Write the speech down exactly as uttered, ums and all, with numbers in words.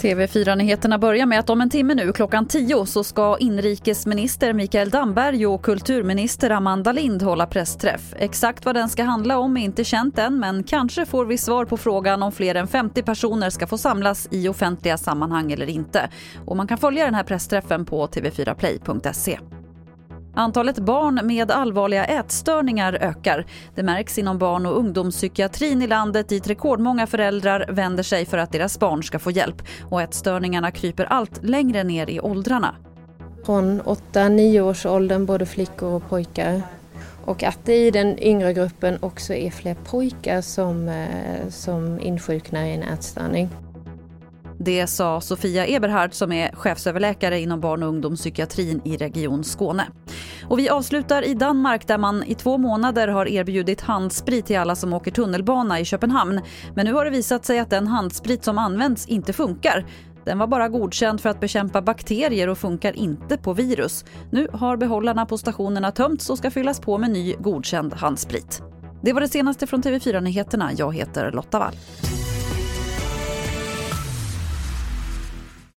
T V fyra-nyheterna börjar med att om en timme nu klockan tio så ska inrikesminister Mikael Damberg och kulturminister Amanda Lind hålla pressträff. Exakt vad den ska handla om är inte känt än, men kanske får vi svar på frågan om fler än femtio personer ska få samlas i offentliga sammanhang eller inte. Och man kan följa den här pressträffen på t v fyra play punkt se. Antalet barn med allvarliga ätstörningar ökar. Det märks inom barn- och ungdomspsykiatrin i landet dit rekordmånga föräldrar vänder sig för att deras barn ska få hjälp. Och ätstörningarna kryper allt längre ner i åldrarna. Från åtta till nio års åldern, både flickor och pojkar. Och att det i den yngre gruppen också är fler pojkar som, som insjuknar i en ätstörning. Det sa Sofia Eberhard som är chefsöverläkare inom barn- och ungdomspsykiatrin i Region Skåne. Och vi avslutar i Danmark där man i två månader har erbjudit handsprit till alla som åker tunnelbana i Köpenhamn. Men nu har det visat sig att den handsprit som används inte funkar. Den var bara godkänd för att bekämpa bakterier och funkar inte på virus. Nu har behållarna på stationerna tömts och ska fyllas på med ny godkänd handsprit. Det var det senaste från T V fyra-nyheterna. Jag heter Lotta Wall.